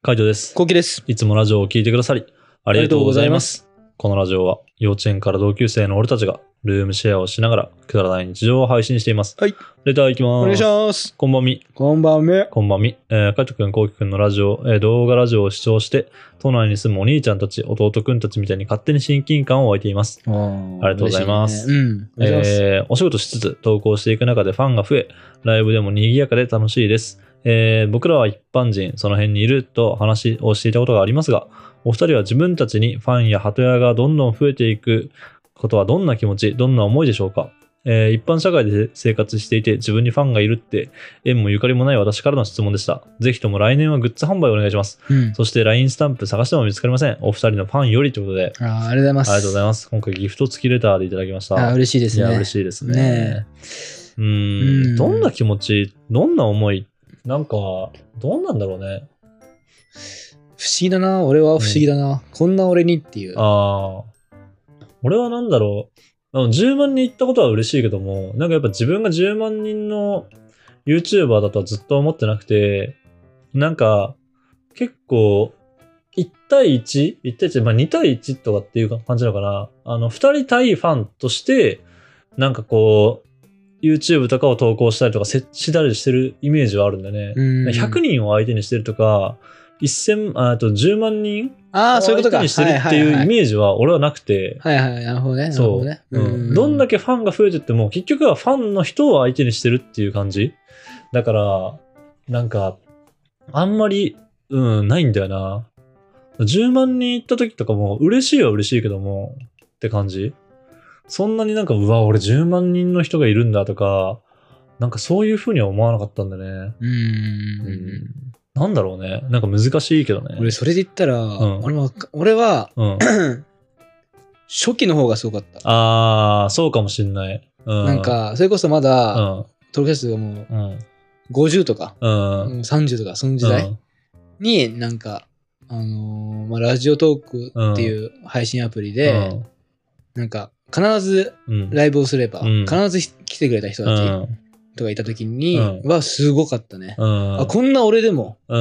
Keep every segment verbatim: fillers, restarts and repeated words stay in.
海斗です。 こうきです。 いつもラジオを聞いてくださりありがとうございます。このラジオは幼稚園から同級生の俺たちがルームシェアをしながらくだらない日常を配信しています。 はい。 レターいきます。 お願いします。 こんばんみ。 こんばんみ。 こんばんみ。えー、海斗くん、こうきくんのラジオ、えー、動画ラジオを視聴して、都内に住むお兄ちゃんたち、弟くんたちみたいに勝手に親近感を湧いています。ありがとうございます。 ね、うん。お願いします。 えー、お仕事しつつ投稿していく中でファンが増え、ライブでも賑やかで楽しいです。えー、僕らは一般人、その辺にいると話をしていたことがありますが、お二人は自分たちにファンや鳩屋がどんどん増えていくことはどんな気持ち、どんな思いでしょうか。えー、一般社会で生活していて自分にファンがいるって縁もゆかりもない私からの質問でした。ぜひとも来年はグッズ販売お願いします。うん、そして ライン スタンプ探しても見つかりません。お二人のファンよりということで。 あ、ありがとうございます。 ありがとうございます。今回ギフト付きレターでいただきました。 あ、嬉しいですね。 いや、嬉しいですね。 ねうーん、どんな気持ち、どんな思い、なんか、どんなんだろうね。 不思議だな、俺は不思議だな。うん、こんな俺にっていう。 ああ。俺はなんだろう。じゅうまん人行ったことは嬉しいけども、なんかやっぱ自分がじゅうまん人の YouTuber だとはずっと思ってなくて、なんか、結構、いち対いち?いち 対いち、まあに対いちとかっていう感じなのかな。あの、ふたり対ファンとして、なんかこう、YouTube とかを投稿したりとかしたりしてるイメージはあるんだね。うん、ひゃくにんを相手にしてるとか、せん、あとじゅうまん人を相手にしてるっていうイメージは俺はなくて。 はいはい、なるほどね。 そう。 ね、 うん。どんだけファンが増えてっても、結局はファンの人を相手にしてるっていう感じ。だから、なんか、あんまり、うん、ないんだよな。じゅうまん人行った時とかも、嬉しいは嬉しいけども、って感じ。そんなになんか、うわ、俺じゅうまん人の人がいるんだとか、なんかそういう風には思わなかったんだね。うーん。うんなんだろうね。なんか難しいけどね。 俺、それで言ったら、うん、俺は、俺は、うん、初期の方がすごかった。 ああ、そうかもしんない。うん、 なんか、それこそまだ、うん、登録者数がもう、ごじゅうとか、うん、さんじゅうとか、その時代に、なんか、あのー、まあ、ラジオトークっていう配信アプリで、うん、なんか、必ずライブをすれば、うん、必ず来てくれた人たち、うんとかいた時にはすごかったね。うん、あ、こんな俺でも、うん、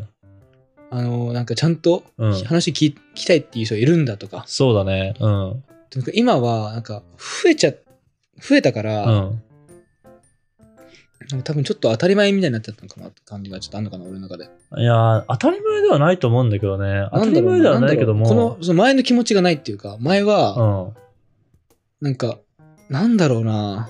あのなんかちゃんと話聞きたいっていう人いるんだとか。 そうだね。うん。 今はなんか増えちゃ増えたから、うん、なんか多分ちょっと当たり前みたいになっちゃったのかなって感じがちょっとあるのかな俺の中で。 いや当たり前ではないと思うんだけどね。当たり前ではないけども、 このその前の気持ちがないっていうか、前は、うん、なんかなんだろうな。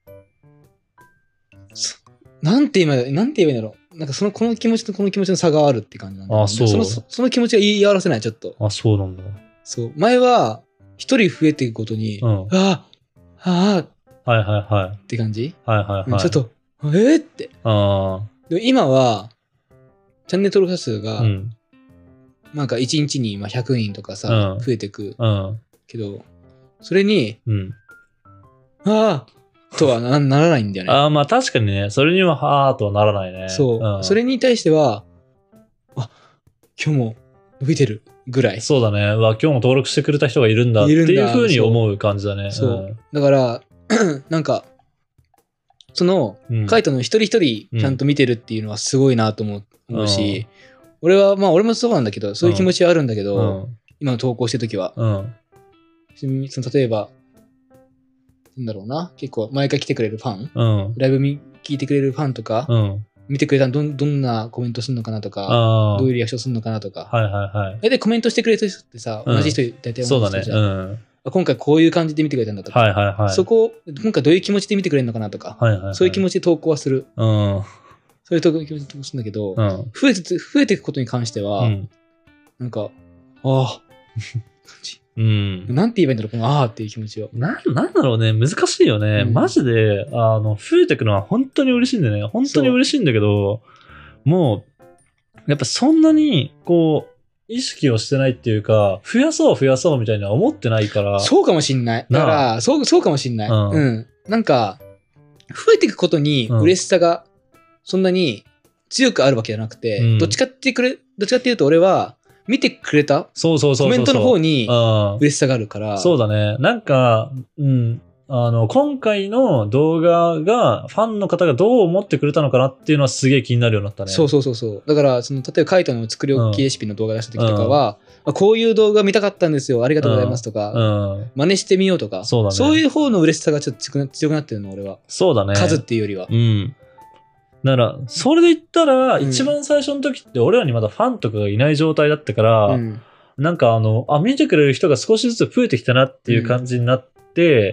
なんて言えばいい、なんて言えばいいんだろう。なんかその、この気持ちとこの気持ちの差があるって感じなんだよね。 あ、そう。 その、その気持ちが言い表せない、ちょっと。 あ、そうなんだ。 そう。前は、一人増えていくことに、うん、ああ、ああ、はいはいはい。 って感じはいはいはい。 ちょっと、えー、って。あでも今は、チャンネル登録者数が、うん、なんかいちにちにひゃくにんとかさ、うん、増えていく、うん。けど、それに、うん、ああ、とは な, ならないんだよね。 ああ、まあ確かにね、それにははーとはならないね。 そう、うん。それに対しては、あ、今日も伸びてるぐらい。 そうだね。わ、今日も登録してくれた人がいるんだっていう風に思う感じだね。 そう。そううん、だから、なんか、その、カイトの一人一人ちゃんと見てるっていうのはすごいなと思うし、うん、俺は、まあ俺もそうなんだけど、そういう気持ちはあるんだけど、うん、今の投稿してるときは、うん、その例えば、なんだろうな、結構毎回来てくれるファン、うん、ライブ見聞いてくれるファンとか、うん、見てくれたら ど, どんなコメントするのかなとか、どういうリアクションするのかなとか、はいはいはい。でコメントしてくれた人ってさ、うん、同じ人大体同じ人じゃん。そうだね。うん、今回こういう感じで見てくれたんだとか、はいはいはい、そこを今回どういう気持ちで見てくれるのかなとか、はいはいはい、そういう気持ちで投稿はする。うん、そういう気持ちで投稿するんだけど、うん、増えて増えていくことに関しては、うん、なんか、ああ、感じ。うん。なんて言えばいいんだろう、このあーっていう気持ちを。 な、なんだろうね、難しいよね。うん、マジで、あの、増えていくのは本当に嬉しいんだよね。本当に嬉しいんだけど、もう、やっぱそんなに、こう、意識をしてないっていうか、増やそう増やそうみたいな思ってないから。 そうかもしんない。だから、そう、そうかもしんない。うん。うん、なんか、増えていくことに嬉しさがそんなに強くあるわけじゃなくて、うん、どっちかってくれ、どっちかっていうと俺は、見てくれたそうそうそうそうコメントの方に嬉しさがあるから。 そうだね。なんか、うん。 あの、今回の動画が、ファンの方がどう思ってくれたのかなっていうのはすげえ気になるようになったね。 そうそうそうそう。だから、その、例えばカイトの作り置きレシピの動画出した時とかは、うん、こういう動画見たかったんですよ、ありがとうございますとか、うん、真似してみようとか、そうだね。そういう方の嬉しさがちょっと強くなってるの、俺は。そうだね。数っていうよりは。うん。 だから、それで言ったら、うん、一番最初の時って俺らにまだファンとかがいない状態だったから、うん、なんかあの、あ、見てくれる人が少しずつ増えてきたなっていう感じになって、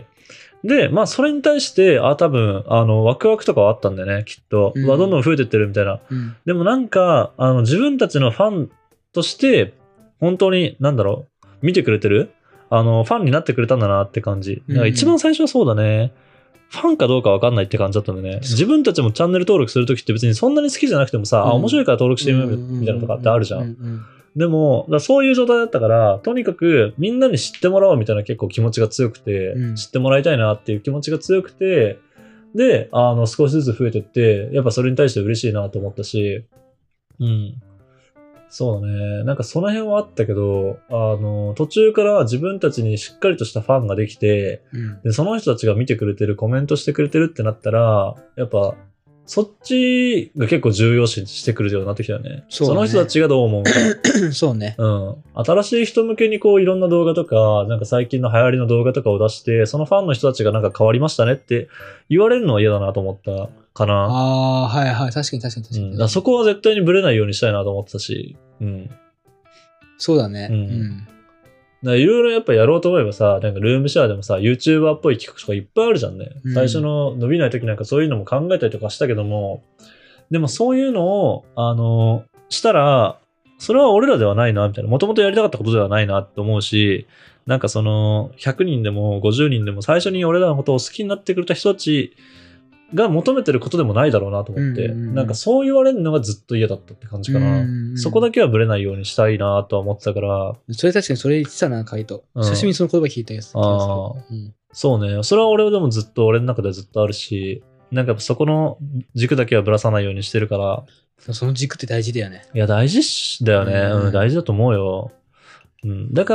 うん、で、まあそれに対して、あ、多分、あの、ワクワクとかはあったんだよね、きっと。うん、どんどん増えてってるみたいな。うん、でもなんか、あの、自分たちのファンとして、本当に、なんだろう、見てくれてるあの、ファンになってくれたんだなって感じ。だから一番最初はそうだね。ファンかどうか分かんないって感じだったんでね。自分たちもチャンネル登録するときって別にそんなに好きじゃなくてもさ、うん、あ、面白いから登録してみるみたいなとかってあるじゃん。でも、だそういう状態だったから、とにかくみんなに知ってもらおうみたいな結構気持ちが強くて、うん、知ってもらいたいなっていう気持ちが強くて、で、あの、少しずつ増えてって、やっぱそれに対して嬉しいなと思ったし、うん。そうね。なんかその辺はあったけど、あの、途中から自分たちにしっかりとしたファンができて、うん、で、その人たちが見てくれてる、コメントしてくれてるってなったら、やっぱ、そっちが結構重要視してくるようになってきたよね。そうね。その人たちがどう思うか。 そうね。 うん。新しい人向けにこういろんな動画とか、なんか最近の流行りの動画とかを出して、そのファンの人たちがなんか変わりましたねって言われるのは嫌だなと思ったかな。 ああ、はいはい。確かに確かに確かに。 うん、だそこは絶対にブレないようにしたいなと思ってたし。うん。 そうだね。うん。うんいろいろやっぱやろうと思えばさ、なんかルームシェアでもさ、YouTuber っぽい企画とかいっぱいあるじゃんね。うん、最初の伸びない時なんかそういうのも考えたりとかしたけども、でもそういうのを、あの、したら、それは俺らではないな、みたいな。もともとやりたかったことではないなって思うし、なんかその、ひゃくにんでもごじゅうにんでも最初に俺らのことを好きになってくれた人たちが求めてることでもないだろうなと思って、うんうんうん、なんかそう言われるのがずっと嫌だったって感じかな、うんうん、そこだけはブレないようにしたいなとは思ってたから。 それ確かにそれ言ってたな、カイト。久しぶりにその言葉聞いたやつ。あ、 うん、そうね。それは俺でもずっと俺の中でずっとあるし、なんかそこの軸だけはぶらさないようにしてるから。 その軸って大事だよね。 いや、大事だよね。うん、うん、大事だと思うよ。うん、だから、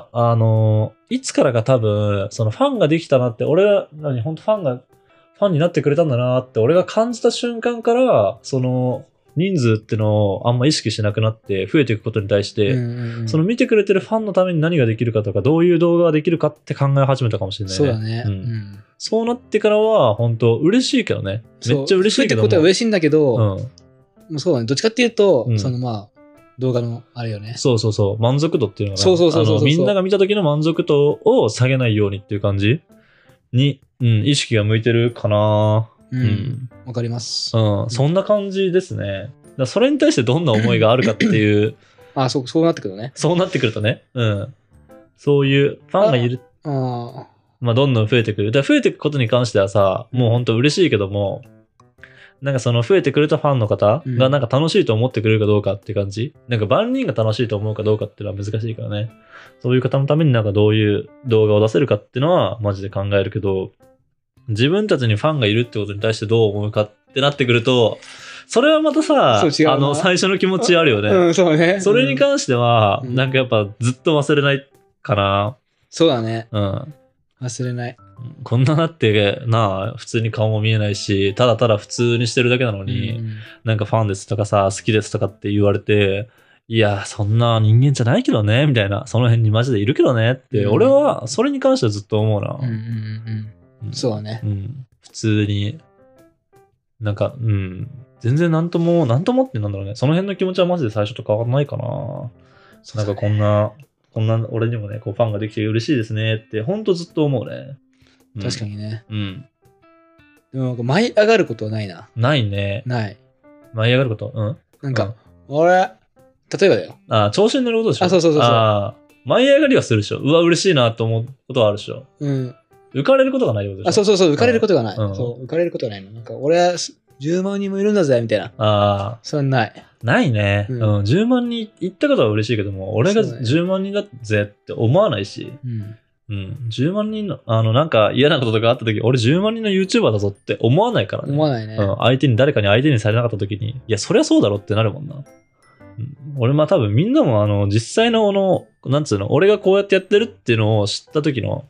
あの、いつからか多分、そのファンができたなって、俺らに本当ファンが、ファンになってくれたんだなって俺が感じた瞬間から、その人数ってのをあんま意識しなくなって増えていくことに対して、うんうんうん、その見てくれてるファンのために何ができるかとか、どういう動画ができるかって考え始めたかもしれないね。 そうだね。 うんうん、そうなってからは本当嬉しいけどね。めっちゃ嬉しいけども。増えていくことは嬉しいんだけど、うん、もうそうだね。どっちかっていうと、うん、そのまあ、動画のあれよね。 そうそうそう。満足度っていうのが、そうそうそうそうそう、みんなが見た時の満足度を下げないようにっていう感じに、うん、意識が向いてるかな。 うん。わ、うん、かります。 うん。そんな感じですね。だそれに対してどんな思いがあるかっていう。 あ、そう、そうなってくるね。 そうなってくるとね。うん。そういうファンがいる。ああ。まあ、どんどん増えてくる。だから増えていくことに関してはさ、もう本当嬉しいけども、なんかその増えてくれたファンの方がなんか楽しいと思ってくれるかどうかって感じ、うん、なんか万人が楽しいと思うかどうかっていうのは難しいからね。そういう方のためになんかどういう動画を出せるかっていうのはマジで考えるけど、自分たちにファンがいるってことに対してどう思うかってなってくると、それはまたさ、あの最初の気持ちあるよね。 うん、そうね。 それに関しては、うん、なんかやっぱずっと忘れないかな。 そうだね。 うん。 忘れない。 こんななってなあ、普通に顔も見えないし、ただただ普通にしてるだけなのに、うん、なんかファンですとかさ、好きですとかって言われて、いや、そんな人間じゃないけどね、みたいな、その辺にマジでいるけどねって、うん、俺はそれに関してはずっと思うな。 うんうんうんうん、そうだね。 うん。普通に、なんか、うん。全然なんとも、なんともってなんだろうね。その辺の気持ちはマジで最初と変わらないかな。ね、なんかこんな、こんな俺にもね、こうファンができて嬉しいですねって、ほんとずっと思うね。 うん、確かにね。 うん。 でも、舞い上がることはないな。 ないね。 ない。 舞い上がることうん。 なんか、うん、俺、例えばだよ。 ああ、調子に乗ることでしょ。 あ、そうそうそうそう。 ああ、舞い上がりはするでしょ。うわ、嬉しいなと思うことはあるでしょ。 うん。 浮かれることがないようでしょ。 あ、そうそうそう、浮かれることがない。うん、そう、浮かれることがないの。なんか、俺はじゅうまんにんもいるんだぜ、みたいな。ああ。それはない。 ないね、うん。うん。じゅうまんにん行ったことは嬉しいけども、俺がじゅうまんにんだぜって思わないし。うん。うん。じゅうまんにんの、あの、なんか嫌なこととかあった時、俺じゅうまんにんの YouTuber だぞって思わないからね。 思わないね。 うん。相手に、誰かに相手にされなかった時に、いや、そりゃそうだろってなるもんな。うん、俺、まあ多分みんなも、あの、実際の、あの、なんつうの、俺がこうやってやってるっていうのを知った時の、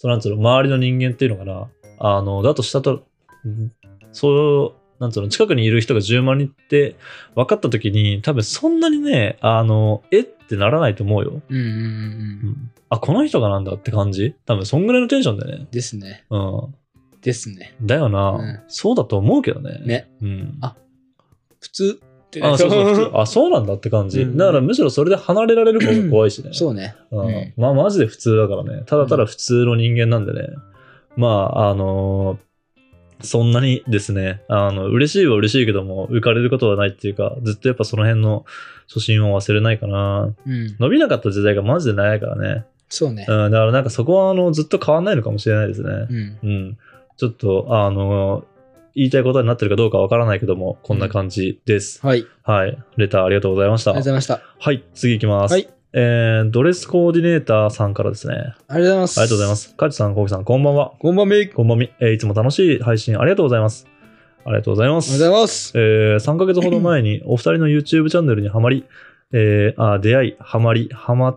そのなんつうの、周りの人間っていうのかな。あの、だとしたと、そう、なんつうの、近くにいる人がじゅうまんにんって分かった時に、多分そんなにね、あの、えってならないと思うよ。 うんうんうん。うん、あ、この人がなんだって感じ？多分そんぐらいのテンションだよね。 ですね。 うん。 ですね。 だよな、 うん、 そうだと思うけどね。 ね。 うん。 あ、普通ってね。あ、そうそう、普通。あ、そうなんだって感じ。うん、だからむしろそれで離れられる方が怖いしね。 そうね。 うん。まあマジで普通だからね。ただただ普通の人間なんでね。うん、まあ、あのー、そんなにですね、あの、嬉しいは嬉しいけども、浮かれることはないっていうか、ずっとやっぱその辺の初心を忘れないかな。うん。伸びなかった時代がマジで長いからね。 そうね。 うん、だからなんかそこはあの、ずっと変わんないのかもしれないですね。 うん。 うん。ちょっと、あの、言いたいことになってるかどうかわからないけども、こんな感じです。 うん、はい。 はい。レターありがとうございました。 ありがとうございました。 はい、次行きます。 はい。 えー、ドレスコーディネーターさんからですね。 ありがとうございます。 ありがとうございます。カジさん、コウキさん、こんばんは。 こんばんみ。 こんばんみ。えー、いつも楽しい配信ありがとうございます。ありがとうございます。 ありがとうございます。 えー、さんかげつほど前にお二人の YouTube チャンネルにハマり、えー、あ出会い、ハマり、ハマって、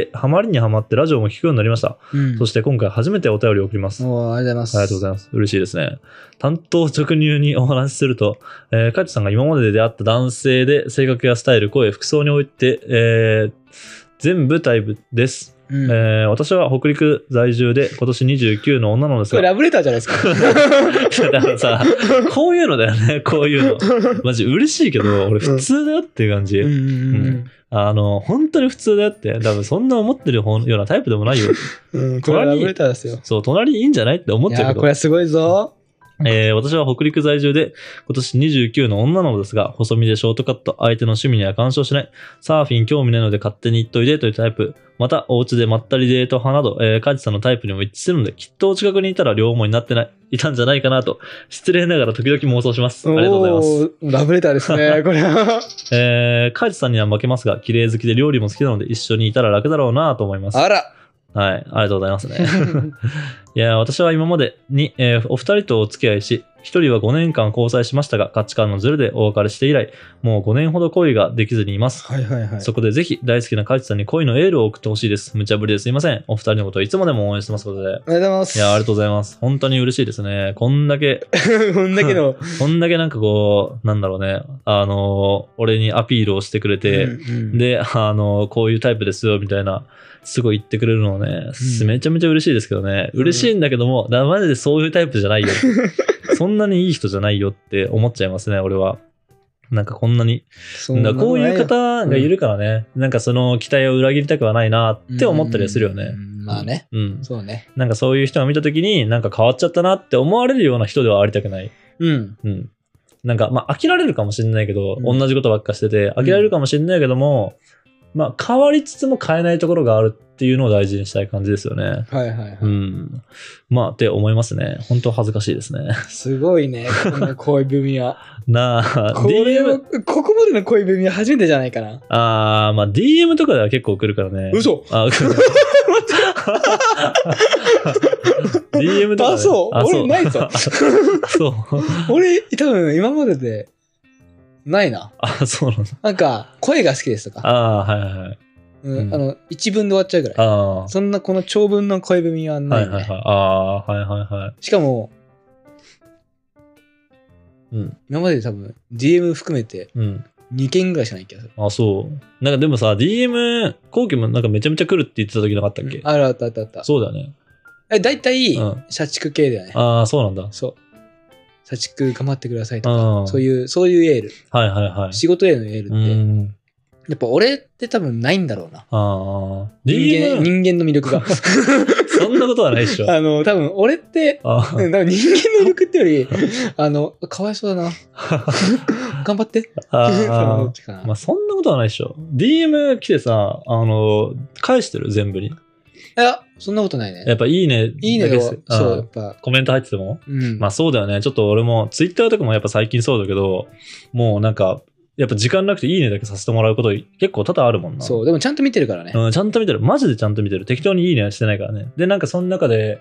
ハマりにハマってラジオも聞くようになりました。うん、そして今回初めてお便りを送ります。 おー、ありがとうございます。 ありがとうございます。嬉しいですね。担当直入にお話しすると、えー、カイトさんが今までで出会った男性で性格やスタイル、声、服装において、えー、全部タイプです。うん、えー、私は北陸在住で今年にじゅうきゅうの女なのですが。 これラブレターじゃないですか。 だからさ、こういうのだよね、こういうの。マジ嬉しいけど、俺普通だよっていう感じ。うんうんうんあの、本当に普通だよって。多分そんな思ってるようなタイプでもないよ。 うん、これラブレターですよ。 そう、隣いいんじゃないって思ってるけど。いや、 これすごいぞ。 えー、私は北陸在住で今年にじゅうきゅうの女なのですが、細身でショートカット、相手の趣味には干渉しない、サーフィン興味ないので勝手に行っといでというタイプ、またお家でまったりデート派など、えー、カジさんのタイプにも一致するので、きっとお近くにいたら両思いになってない、いたんじゃないかなと、失礼ながら時々妄想します。ありがとうございます。 ラブレターですね、これは。 えー、カジさんには負けますが、綺麗好きで料理も好きなので、一緒にいたら楽だろうなと思います。 あらはい、ありがとうございますね。いや、私は今までに、えー、お二人とお付き合いし、一人はごねんかん交際しましたが、価値観のズレでお別れして以来、もうごねんほど恋ができずにいます。 はいはいはい。 そこでぜひ大好きなカイチさんに恋のエールを送ってほしいです。無茶ぶりですいません。お二人のことをいつもでも応援してますことで。ありがとうございます。 いや、ありがとうございます。本当に嬉しいですね。こんだけ。 こんだけの。 こんだけなんかこう、なんだろうね。あの、俺にアピールをしてくれて、うんうん、で、あの、こういうタイプですよ、みたいな。すごい言ってくれるのね、うん、めちゃめちゃ嬉しいですけどね。嬉しいんだけども、だマジでそういうタイプじゃないよ。そんなにいい人じゃないよって思っちゃいますね、俺は。なんかこんなに。だこういう方がいるからね、うん、なんかその期待を裏切りたくはないなって思ったりするよね。 うん、まあね。うん。そうね。 なんかそういう人が見たときに、なんか変わっちゃったなって思われるような人ではありたくない。 うん。 うん。なんか、まあ飽きられるかもしれないけど、うん、同じことばっかしてて、飽きられるかもしれないけども、うん、まあ変わりつつも変えないところがあるっていうのを大事にしたい感じですよね。 はいはいはい。 うん。まあって思いますね。本当恥ずかしいですね。 すごいね、この恋文は。 なあ、 これ ディーエム、ここまでの恋文は初めてじゃないかな。 ああ、まあ ディーエム とかでは結構来るからね。 嘘あ、来る。ディーエム とか、ね。 あ、そう。俺ないぞ。 そう。 俺、多分今までで、ないな。 あ、そうなんだ。 なんか、声が好きですとか。 ああ、はいはいはい。 うん、あの、一文で終わっちゃうぐらい。 ああ。 そんなこの長文の恋文はない、ね。 はいはいはい。ああ、はいはいはい。 しかも、 うん。 今まで多分、ディーエム 含めて、にけんぐらいしかない気がする。 あ、そう。なんかでもさ、ディーエム、後期もなんかめちゃめちゃ来るって言ってた時なかったっけ、うん、 あるあったあったあった。 そうだよね。 え、大体、社畜系だよね。 ああ、そうなんだ。 そう。社畜頑張ってくださいとか、そういう、そういうエール。 はいはいはい。 仕事へのエールって。うんやっぱ俺って多分ないんだろうな。 あ人間、人間の魅力が。 そんなことはないでしょ。 あの、多分俺って、多分人間の魅力ってより、あの、かわいそうだな。頑張って。 あまあそんなことはないでしょ。ディーエム 来てさ、あの、返してる全部に。 いや、そんなことないね。 やっぱいいね。 いいねよ。そう、やっぱ。 コメント入ってても。 うん。 まあそうだよね。ちょっと俺も、ツイッターとかもやっぱ最近そうだけど、もうなんか、やっぱ時間なくていいねだけさせてもらうこと結構多々あるもんな。 そう、でもちゃんと見てるからね。 うん、ちゃんと見てる。マジでちゃんと見てる。適当にいいねはしてないからね。で、なんかその中で、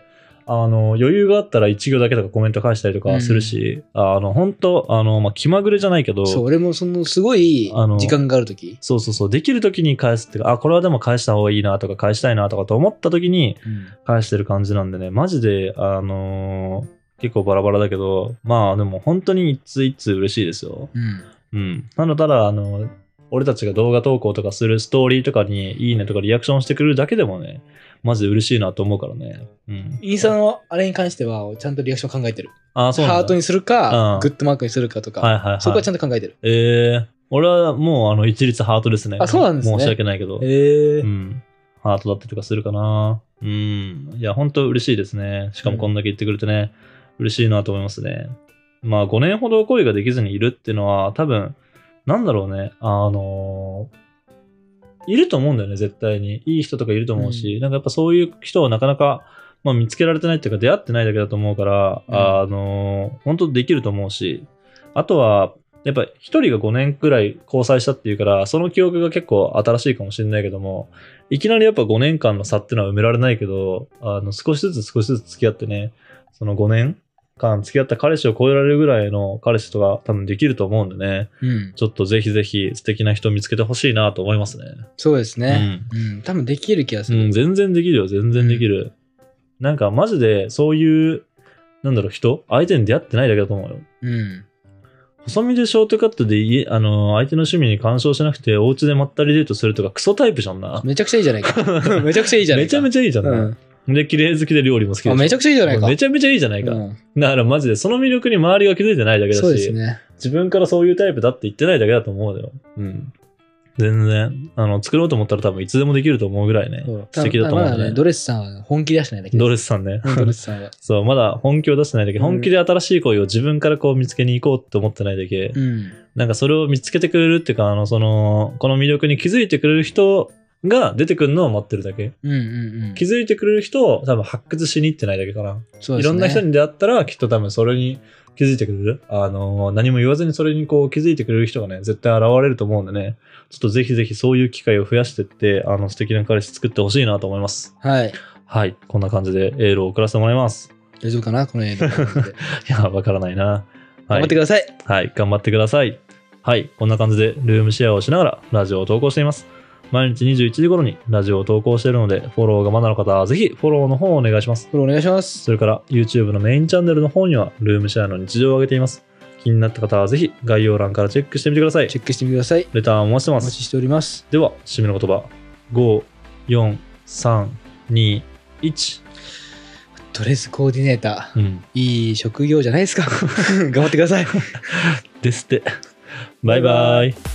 あの、余裕があったらいち行だけとかコメント返したりとかするし、うん、あの、本当あの、まあ、気まぐれじゃないけど、 そう、俺もその、すごい時間があるとき。 そうそうそう、できるときに返すっていうか、あ、これはでも返した方がいいなとか、返したいなとかと思ったときに返してる感じなんでね、マジで、あのー、結構バラバラだけど、まあでも本当に一通一通嬉しいですよ。うん。うん。ただただ、あの、俺たちが動画投稿とかするストーリーとかにいいねとかリアクションしてくれるだけでもね、マジで嬉しいなと思うからね。うん。 インスタのあれに関しては、ちゃんとリアクション考えてる。 あ、そうなんだ。 ハートにするか、うん、グッドマークにするかとか、はいはいはい、そこはちゃんと考えてる。 ええー、俺はもうあの一律ハートですね。 あ、そうなんですね。 申し訳ないけど。 ええー。 うん。ハートだったりとかするかな。うん。いや、本当嬉しいですね。しかもこんだけ言ってくれてね、うん、嬉しいなと思いますね。まあごねんほど恋ができずにいるっていうのは多分、なんだろうね。あのー、いると思うんだよね、絶対に。いい人とかいると思うし、うん、なんかやっぱそういう人をなかなか、まあ、見つけられてないっていうか出会ってないだけだと思うから、うん、あの、本当できると思うし、あとは、やっぱ一人がごねんくらい交際したっていうから、その記憶が結構新しいかもしれないけども、いきなりやっぱごねんかんの差っていうのは埋められないけど、あの、少しずつ少しずつ付き合ってね、そのごねんかん付き合った彼氏を超えられるぐらいの彼氏とか多分できると思うんでね、うん、ちょっとぜひぜひ素敵な人を見つけてほしいなと思いますね。 そうですね。うん。うん、多分できる気がする。 うん、全然できるよ、全然できる。うん、なんかマジでそういう、なんだろう、人相手に出会ってないだけだと思うよ。うん。細身でショートカットで家、あの、相手の趣味に干渉しなくて、お家でまったりデートするとかクソタイプじゃんな。 めちゃくちゃいいじゃないか。めちゃくちゃいいじゃないか。 めちゃめちゃいいじゃんな。うんで、綺麗好きで料理も好きでしょ。 めちゃくちゃいいじゃないか。 めちゃめちゃいいじゃないか。うん、だからマジでその魅力に周りが気づいてないだけだし、 そうですね、 自分からそういうタイプだって言ってないだけだと思うよ。うん。全然、あの、作ろうと思ったら多分いつでもできると思うぐらいね、素敵だと思うね。 まだね、ドレスさんは本気出してないだけです。 ドレスさんね。 ドレスさんは。 そう、まだ本気を出してないだけ、うん、本気で新しい恋を自分からこう見つけに行こうって思ってないだけ、うん、なんかそれを見つけてくれるっていうか、あの、その、この魅力に気づいてくれる人が出てくるのを待ってるだけ、うんうんうん、気づいてくれる人を多分発掘しに行ってないだけかな。そうですね、いろんな人に出会ったらきっと多分それに気づいてくれる、あの何も言わずにそれにこう気づいてくれる人がね絶対現れると思うんでね、ちょっとぜひぜひそういう機会を増やしていってあの素敵な彼氏作ってほしいなと思います。 はいはい、こんな感じでエールを送らせてもらいます。 大丈夫かなこのエールいやわからないな、はい、 頑張ってください。 はい頑張ってください。はい、こんな感じでルームシェアをしながらラジオを投稿しています。毎日にじゅういちじ頃にラジオを投稿しているので、フォローがまだの方はぜひフォローの方をお願いします。 フォローお願いします。 それから YouTube のメインチャンネルの方にはルームシェアの日常を上げています。気になった方はぜひ概要欄からチェックしてみてください。 チェックしてみてください。 レターをお待ちしてます。 お待ちしております。 では、締めの言葉。ご、よん、さん、に、いち。 ドレスコーディネーター。うん、いい職業じゃないですか。頑張ってください。 ですって。バイバイ。